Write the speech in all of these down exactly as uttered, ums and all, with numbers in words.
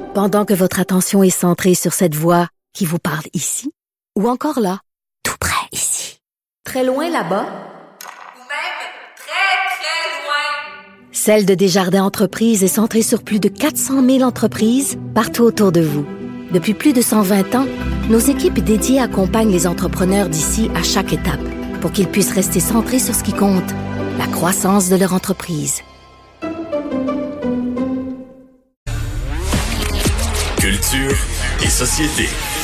Pendant que votre attention est centrée sur cette voix qui vous parle ici, ou encore là, tout près ici, très loin là-bas, ou même très, très loin. Celle de Desjardins Entreprises est centrée sur plus de quatre cent mille entreprises partout autour de vous. Depuis plus de cent vingt ans, nos équipes dédiées accompagnent les entrepreneurs d'ici à chaque étape pour qu'ils puissent rester centrés sur ce qui compte, la croissance de leur entreprise. Culture et société.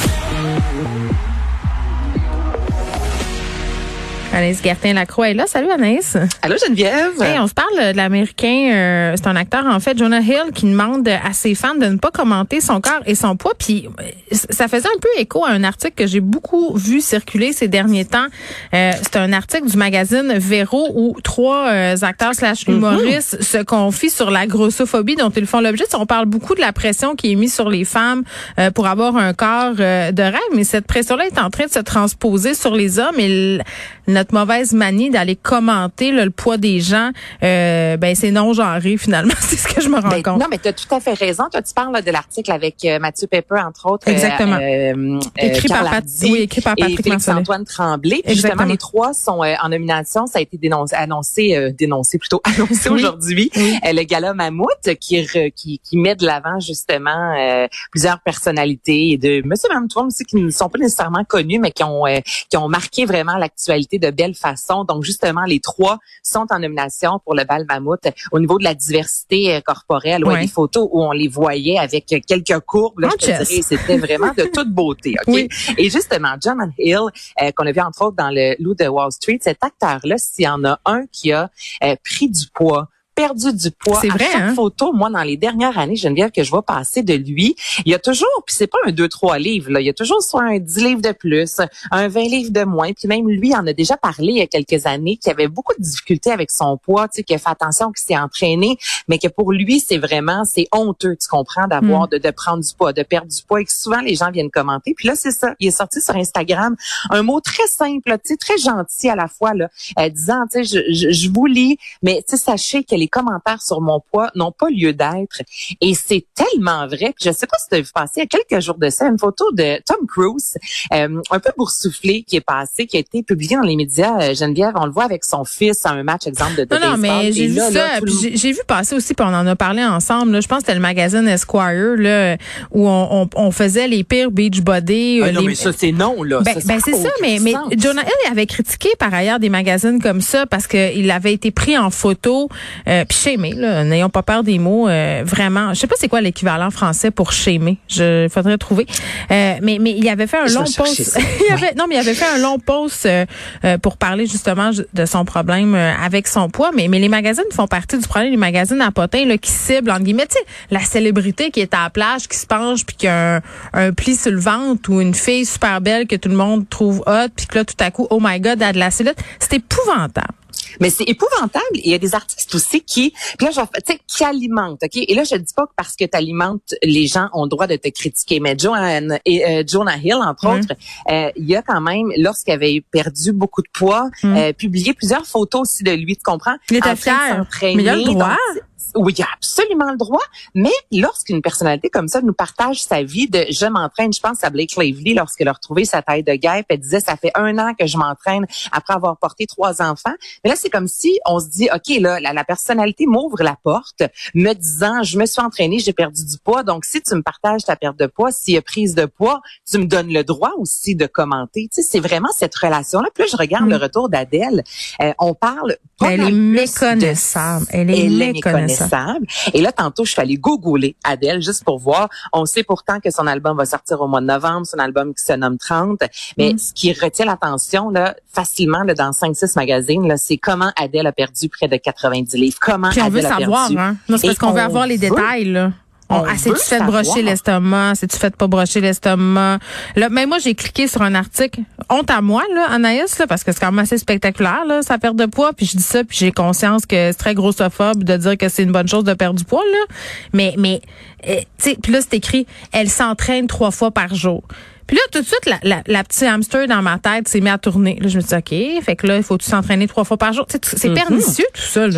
Anaïs Gertin-Lacroix est là. Salut Anaïs. Allô Geneviève. Hey, on se parle de l'Américain, euh, c'est un acteur en fait, Jonah Hill, qui demande à ses fans de ne pas commenter son corps et son poids. Puis ça faisait un peu écho à un article que j'ai beaucoup vu circuler ces derniers temps. Euh, c'est un article du magazine Véro où trois euh, acteurs slash humoristes mm-hmm. se confient sur la grossophobie dont ils font l'objet. On parle beaucoup de la pression qui est mise sur les femmes euh, pour avoir un corps euh, de rêve, mais cette pression-là est en train de se transposer sur les hommes et l- notre mauvaise manie d'aller commenter là, le poids des gens, euh, ben c'est non-genré finalement, c'est ce que je me rends ben, compte. Non, mais tu as tout à fait raison. Toi, tu parles là, de l'article avec euh, Mathieu Pepper, entre autres. Exactement. Euh, euh, écrit, Carl par Pat- Hardy oui, écrit par Patrick et Félix-Antoine Tremblay. Puis justement, les trois sont euh, en nomination. Ça a été dénoncé, annoncé, euh, dénoncé plutôt, annoncé oui. aujourd'hui. Oui. Euh, le gala Mammouth qui, re, qui qui met de l'avant justement euh, plusieurs personnalités et de monsieur et madame tout le monde aussi qui ne sont pas nécessairement connus, mais qui ont euh, qui ont marqué vraiment l'actualité de belle façon. Donc justement, les trois sont en nomination pour le bal Mammouth. Au niveau de la diversité corporelle, ouais. Ouais, des photos où on les voyait avec quelques courbes, là, je te dirais, c'était vraiment de toute beauté. Okay? Oui. Et justement, Jonah Hill, euh, qu'on a vu entre autres dans le Loup de Wall Street, cet acteur-là, s'il y en a un qui a euh, pris du poids, perdu du poids. C'est à vrai, chaque hein? photo, moi, dans les dernières années, Geneviève, que je vois passer de lui, il y a toujours, puis c'est pas un deux trois livres, là, il y a toujours soit un dix livres de plus, un vingt livres de moins, puis même lui en a déjà parlé il y a quelques années, qu'il avait beaucoup de difficultés avec son poids, tu sais, qu'il a fait attention, qu'il s'est entraîné, mais que pour lui, c'est vraiment, c'est honteux, tu comprends, d'avoir, mm. de, de prendre du poids, de perdre du poids, et que souvent les gens viennent commenter. Puis là, c'est ça, il est sorti sur Instagram un mot très simple, tu sais, très gentil à la fois, là, euh, disant, tu sais, je, je, je vous lis, mais tu sais, sachez que les commentaires sur mon poids n'ont pas lieu d'être. Et c'est tellement vrai que je sais pas si tu as vu passer il y a quelques jours de ça une photo de Tom Cruise, euh, un peu boursouflé, qui est passé, qui a été publié dans les médias. Euh, Geneviève, on le voit avec son fils à un match, exemple, de, de non, baseball. Non, mais j'ai et vu là, ça. Là, puis j'ai, j'ai vu passer aussi, puis on en a parlé ensemble. Là, je pense que c'était le magazine Esquire, là, où on, on, on faisait les pires beach body. Ah, les... non, mais ça, c'est non, là. Ben, ça, ben c'est ça, mais, mais Jonah Hill avait critiqué par ailleurs des magazines comme ça parce qu'il avait été pris en photo, euh, puis shamé, là, n'ayons pas peur des mots, euh, vraiment. Je sais pas c'est quoi l'équivalent français pour shamer. Je faudrait trouver. Euh, mais mais il avait fait un je long post. il avait, non, mais il avait fait un long post euh, euh, pour parler justement de son problème euh, avec son poids. Mais mais les magazines font partie du problème. Les magazines à potins là qui ciblent entre guillemets, tu sais, la célébrité qui est à la plage, qui se penche puis qui a un, un pli sur le ventre ou une fille super belle que tout le monde trouve hot puis que là tout à coup, oh my God, elle a de la cellulite. C'est épouvantable. Mais c'est épouvantable. Il y a des artistes aussi qui, puis là, genre, tu sais, qui alimentent, ok. Et là, je dis pas que parce que tu alimentes, les gens ont le droit de te critiquer. Mais Jonah, et, euh, Jonah Hill, entre mmh. autres, euh, il y a quand même, lorsqu'il avait perdu beaucoup de poids, mmh. euh, publié plusieurs photos aussi de lui. Tu comprends? Il était fier. Mais il a le droit. Donc, oui, il a absolument le droit, mais lorsqu'une personnalité comme ça nous partage sa vie de « je m'entraîne », je pense à Blake Lively lorsqu'elle a retrouvé sa taille de guêpe, elle disait « ça fait un an que je m'entraîne après avoir porté trois enfants ». Mais là, c'est comme si on se dit « OK, là, la, la personnalité m'ouvre la porte me disant « je me suis entraînée, j'ai perdu du poids, donc si tu me partages ta perte de poids, s'il y a prise de poids, tu me donnes le droit aussi de commenter ». Tu sais, c'est vraiment cette relation-là. Puis là, je regarde mmh. le retour d'Adèle, euh, on parle pas Elle est méconnaissable. Elle est Elle méconnaissable. Et là, tantôt, je suis allée googler Adèle juste pour voir. On sait pourtant que son album va sortir au mois de novembre, son album qui se nomme trente. Mais mm. ce qui retient l'attention là, facilement là, dans cinq six magazines, là, c'est comment Adèle a perdu près de quatre-vingt-dix livres. Comment Puis on Adèle veut a savoir, perdu. Hein? Non, c'est parce qu'on veut avoir les détails, là. On, ah, c'est-tu fait brocher l'estomac? C'est-tu fait pas brocher l'estomac? Là, mais moi, j'ai cliqué sur un article. Honte à moi, là, Anaïs, là, parce que c'est quand même assez spectaculaire, là, sa perte de poids. Puis je dis ça, puis j'ai conscience que c'est très grossophobe de dire que c'est une bonne chose de perdre du poids, là. Mais, mais, euh, tu sais, puis là, c'est écrit, elle s'entraîne trois fois par jour. Puis là, tout de suite, la, la, la petite hamster dans ma tête s'est mise à tourner. Là, je me suis dit, OK, fait que là, il faut-tu s'entraîner trois fois par jour? T'sais, c'est mm-hmm. pernicieux, tout ça, là.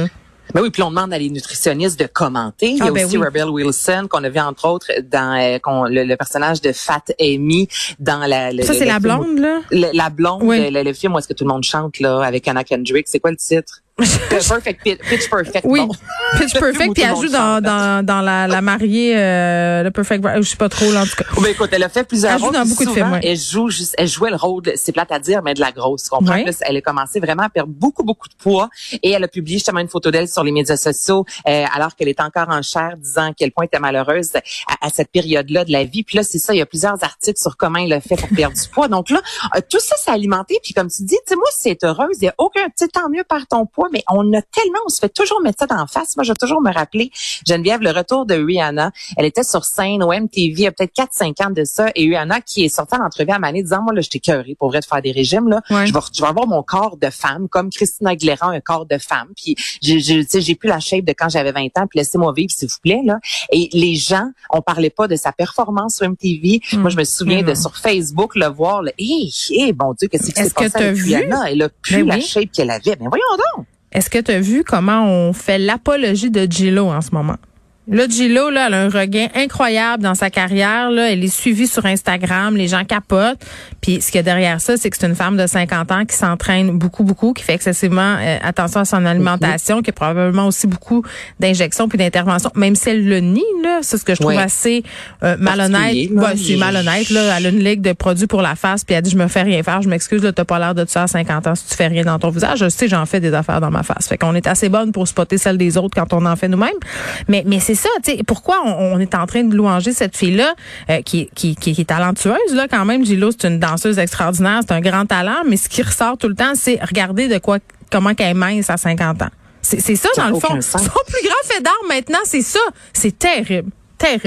Ben oui, puis on demande à les nutritionnistes de commenter. Il y a ah, ben aussi oui. Rebel Wilson qu'on a vu entre autres dans euh, qu'on, le, le personnage de Fat Amy dans la. Le, Ça le, c'est le la blonde film, là. Le, la blonde, oui. le, le film où est-ce que tout le monde chante là avec Anna Kendrick. C'est quoi le titre? Perfect Pitch Perfect. Oui, bon. Pitch Perfect, puis elle joue dans, dans, dans la, la mariée, euh, le Perfect, je sais pas trop, là, en tout cas. Oh, ben écoute, elle a fait plusieurs elle joue rôles. dans beaucoup de films, ouais. Elle joue juste, elle jouait le rôle, de, c'est plate à dire, mais de la grosse. Tu comprends? Ouais. Là, elle a commencé vraiment à perdre beaucoup, beaucoup de poids et elle a publié justement une photo d'elle sur les médias sociaux euh, alors qu'elle était encore en chair, disant à quel point elle était malheureuse à, à cette période-là de la vie. Puis là, c'est ça, il y a plusieurs articles sur comment elle a fait pour perdre du poids. Donc là, euh, tout ça, c'est alimenté. Puis comme tu dis, tu sais, moi, c'est heureuse. Il y a aucun, tu sais, tant mieux par ton poids, mais on a tellement, on se fait toujours mettre ça d'en face. Moi, je vais toujours me rappeler, Geneviève, le retour de Rihanna. Elle était sur scène au M T V il y a peut-être quatre cinq ans de ça. Et Rihanna qui est sortie en entrevue à Mané disant, moi, là, j'étais écœurée pour vrai de faire des régimes, là. Ouais. Je vais, je vais avoir mon corps de femme, comme Christina Aguilera, un corps de femme. Puis, j'ai, j'ai, tu sais, j'ai plus la shape de quand j'avais vingt ans. Puis, laissez-moi vivre, s'il vous plaît, là. Et les gens, on parlait pas de sa performance sur M T V. Mmh. Moi, je me souviens mmh. de sur Facebook, le voir, là. Hé, hé, bon Dieu, qu'est-ce qui s'est passé avec vu? Rihanna? Elle a plus ben la oui. shape qu'elle avait. Mais voyons donc! Est-ce que tu as vu comment on fait l'apologie de J-Lo en ce moment? Là, J-Lo, là, elle a un regain incroyable dans sa carrière. Là, elle est suivie sur Instagram, les gens capotent. Puis, ce qu'il y a derrière ça, c'est que c'est une femme de cinquante ans qui s'entraîne beaucoup, beaucoup, qui fait excessivement euh, attention à son alimentation, qui a probablement aussi beaucoup d'injections puis d'interventions, même si elle le nie. Là, c'est ce que je trouve ouais. assez euh, malhonnête. Bah, c'est malhonnête. Là, elle a une ligue de produits pour la face, puis elle dit je me fais rien faire. Je m'excuse, là, t'as pas l'air de ça à cinquante ans si tu fais rien dans ton visage. Je sais, j'en fais des affaires dans ma face. Fait qu'on est assez bonne pour spotter celles des autres quand on en fait nous-mêmes. Mais, mais c'est ça, tu sais, pourquoi on, on est en train de louanger cette fille-là, euh, qui, qui, qui, qui est talentueuse, là, quand même. J-Lo, c'est une danseuse extraordinaire, c'est un grand talent, mais ce qui ressort tout le temps, c'est regarder de quoi, comment qu'elle est mince à cinquante ans. C'est, c'est ça, ça dans le fond. Son plus grand fait d'art maintenant, c'est ça. C'est terrible. Terrible.